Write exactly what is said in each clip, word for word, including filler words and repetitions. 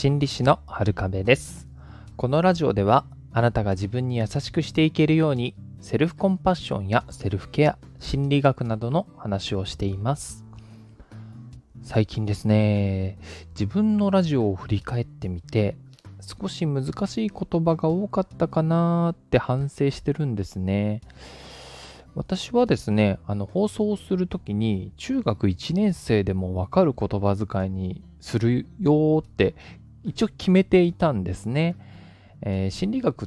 心理師の春壁です。このラジオではあなたが自分に優しくしていけるようにセルフコンパッションやセルフケア、心理学などの話をしています。最近ですね、自分のラジオを振り返ってみて少し難しい言葉が多かったかなーって反省してるんですね。私はですね、あの放送をするときに中学いちねん生でもわかる言葉遣いにするよーって一応決めていたんですね。えー心理学って、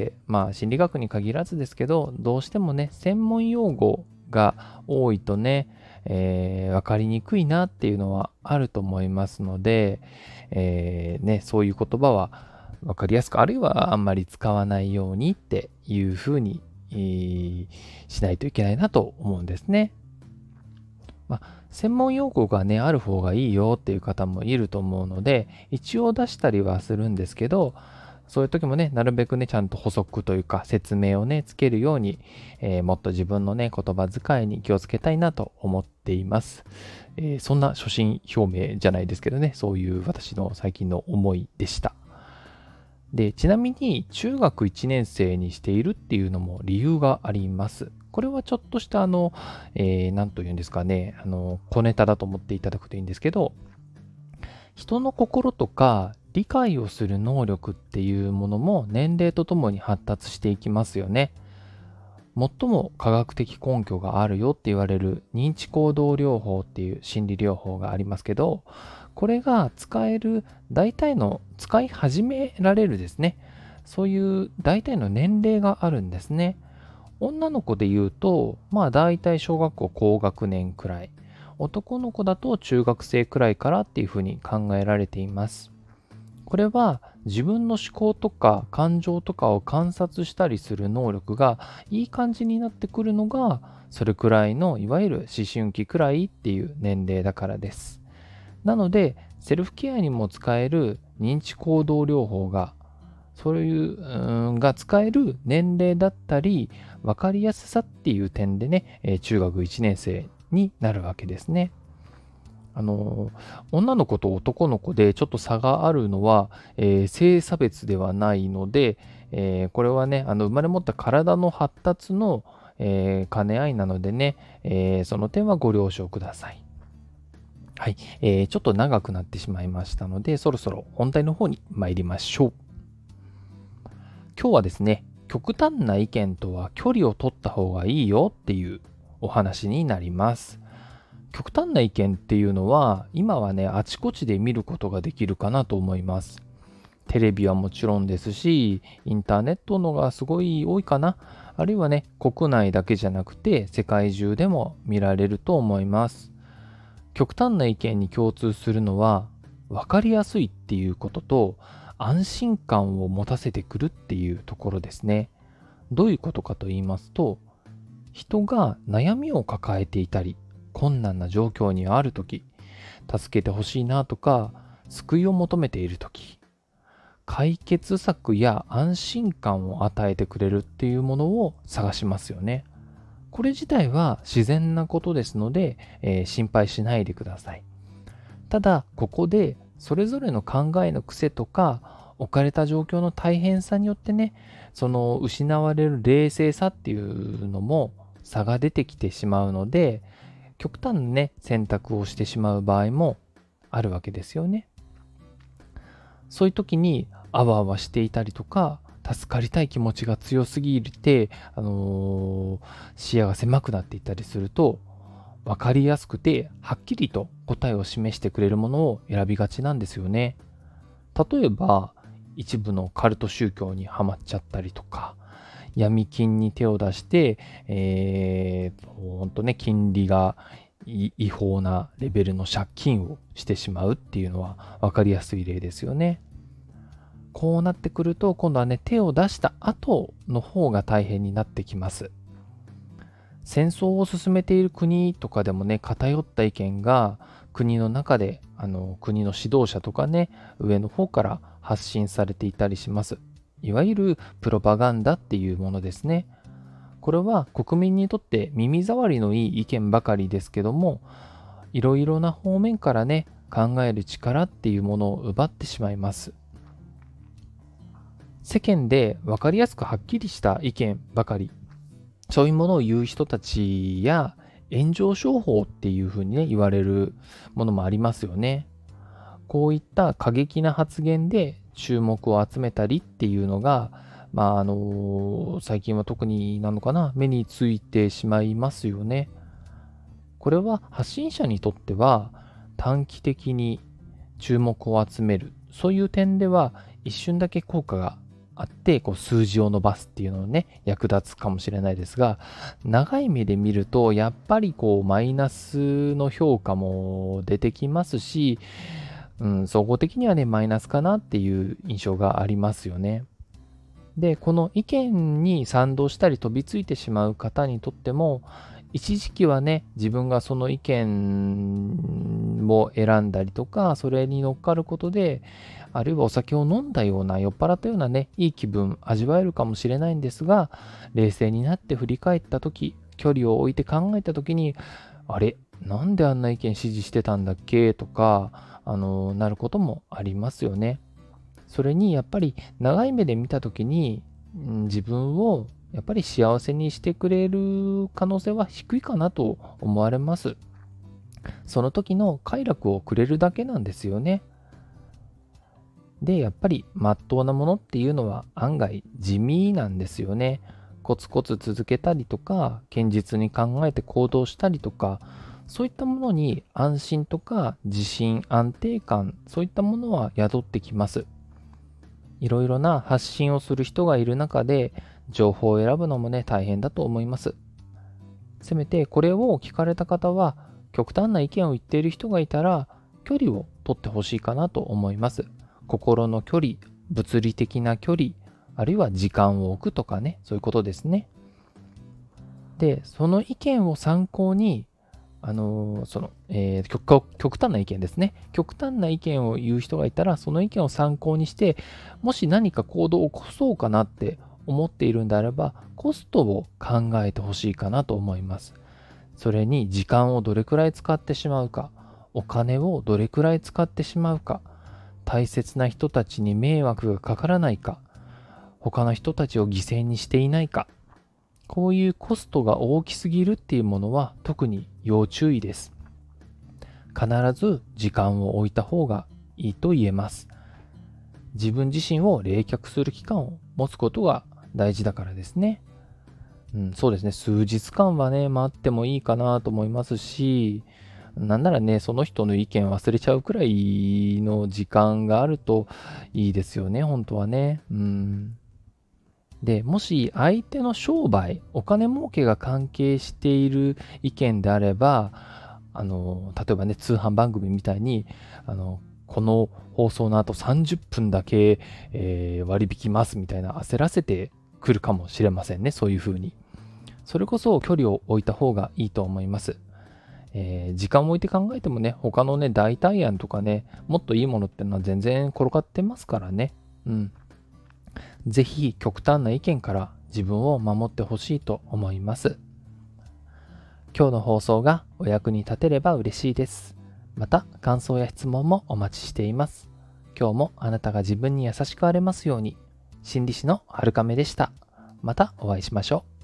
まあ心理学に限らずですけど、どうしてもね、専門用語が多いとね、えーわかりにくいなっていうのはあると思いますので、えーね、そういう言葉はわかりやすく、あるいはあんまり使わないようにっていうふうに、えーしないといけないなと思うんですね。まあ、専門用語がね、ある方がいいよっていう方もいると思うので、一応出したりはするんですけど、そういう時もね、なるべくね、ちゃんと補足というか説明をね、つけるように、えーもっと自分のね、言葉遣いに気をつけたいなと思っています。えーそんな初心表明じゃないですけどね、そういう私の最近の思いでした。で、ちなみに中学いちねん生にしているっていうのも理由があります。これはちょっとしたあの、えー、なんというんですかね、あの、小ネタだと思っていただくといいんですけど、人の心とか理解をする能力っていうものも年齢とともに発達していきますよね。最も科学的根拠があるよって言われる認知行動療法っていう心理療法がありますけど、これが使える大体の使い始められるですね、そういう大体の年齢があるんですね。女の子で言うと、まあ大体小学校高学年くらい、男の子だと中学生くらいからっていうふうに考えられています。これは自分の思考とか感情とかを観察したりする能力がいい感じになってくるのが、それくらいのいわゆる思春期くらいっていう年齢だからです。なのでセルフケアにも使える認知行動療法がそういううーんが使える年齢だったり分かりやすさっていう点でね、えー中学いちねん生になるわけですね。あの女の子と男の子でちょっと差があるのは、えー性差別ではないので、えーこれはね、あの生まれ持った体の発達の、えー兼ね合いなのでね、えーその点はご了承ください。はい、えーちょっと長くなってしまいましたので、そろそろ本題の方に参りましょう。今日はですね、極端な意見とは距離を取った方がいいよっていうお話になります。極端な意見っていうのは今はね、あちこちで見ることができるかなと思います。テレビはもちろんですし、インターネットのがすごい多いかな。あるいはね、国内だけじゃなくて世界中でも見られると思います。極端な意見に共通するのは、分かりやすいっていうことと安心感を持たせてくるっていうところですね。どういうことかと言いますと、人が悩みを抱えていたり困難な状況にあるとき、助けてほしいなとか救いを求めているとき、解決策や安心感を与えてくれるっていうものを探しますよね。これ自体は自然なことですので、えー心配しないでください。ただここでそれぞれの考えの癖とか置かれた状況の大変さによってね、その失われる冷静さっていうのも差が出てきてしまうので、極端なね選択をしてしまう場合もあるわけですよね。そういう時にあわあわしていたりとか、助かりたい気持ちが強すぎて、あのー視野が狭くなっていったりすると、分かりやすくてはっきりと答えを示してくれるものを選びがちなんですよね。例えば一部のカルト宗教にはまっちゃったりとか、闇金に手を出して、えー、ほんとね、金利がい違法なレベルの借金をしてしまうっていうのは分かりやすい例ですよね。こうなってくると今度はね、手を出した後の方が大変になってきます。戦争を進めている国とかでもね、偏った意見が国の中で、あの国の指導者とかね、上の方から発信されていたりします。いわゆるプロパガンダっていうものですね。これは国民にとって耳障りのいい意見ばかりですけども、いろいろな方面からね、 考える力っていうものを奪ってしまいます。世間で分かりやすくはっきりした意見ばかり、そういうものを言う人たちや炎上商法っていうふうにね言われるものもありますよね。こういった過激な発言で注目を集めたりっていうのが、まああの最近は特になのかな、目についてしまいますよね。これは発信者にとっては短期的に注目を集める、そういう点では一瞬だけ効果があって、こう数字を伸ばすっていうのをね役立つかもしれないですが、長い目で見るとやっぱりこうマイナスの評価も出てきますし、うん、総合的にはねマイナスかなっていう印象がありますよね。で、この意見に賛同したり飛びついてしまう方にとっても、一時期はね、自分がその意見を選んだりとか、それに乗っかることで、あるいはお酒を飲んだような、酔っ払ったようなね、いい気分味わえるかもしれないんですが、冷静になって振り返った時、距離を置いて考えた時に、あれ、なんであんな意見支持してたんだっけとか、あの、なることもありますよね。それにやっぱり長い目で見た時に、うん、自分をやっぱり幸せにしてくれる可能性は低いかなと思われます。その時の快楽をくれるだけなんですよね。で、やっぱり真っ当なものっていうのは案外地味なんですよね。コツコツ続けたりとか、堅実に考えて行動したりとか、そういったものに安心とか自信、安定感、そういったものは宿ってきます。いろいろな発信をする人がいる中で、情報を選ぶのもね、大変だと思います。せめてこれを聞かれた方は、極端な意見を言っている人がいたら、距離を取ってほしいかなと思います。心の距離、物理的な距離、あるいは時間を置くとかね、そういうことですね。で、その意見を参考に、あのーその、えー極、極端な意見ですね。極端な意見を言う人がいたら、その意見を参考にして、もし何か行動を起こそうかなって思っているんであれば、コストを考えてほしいかなと思います。それに時間をどれくらい使ってしまうか、お金をどれくらい使ってしまうか、大切な人たちに迷惑がかからないか、他の人たちを犠牲にしていないか、こういうコストが大きすぎるっていうものは特に要注意です。必ず時間を置いた方がいいと言えます。自分自身を冷却する期間を持つことが大事だからですね。うん、そうですね。数日間はね、待ってもいいかなと思いますし、なんならね、その人の意見忘れちゃうくらいの時間があるといいですよね、本当はね。うん。で、もし相手の商売、お金儲けが関係している意見であれば、あの、例えばね、通販番組みたいに、あの、この放送の後さんじゅっぷんだけ、えー割引きますみたいな焦らせてくるかもしれませんね、そういうふうに。それこそ距離を置いた方がいいと思います。えー時間を置いて考えてもね、他のね、代替案とかね、もっといいものってのは全然転がってますからね。うん。ぜひ極端な意見から自分を守ってほしいと思います。今日の放送がお役に立てれば嬉しいです。また感想や質問もお待ちしています。今日もあなたが自分に優しくあれますように。心理師のはるかめでした。またお会いしましょう。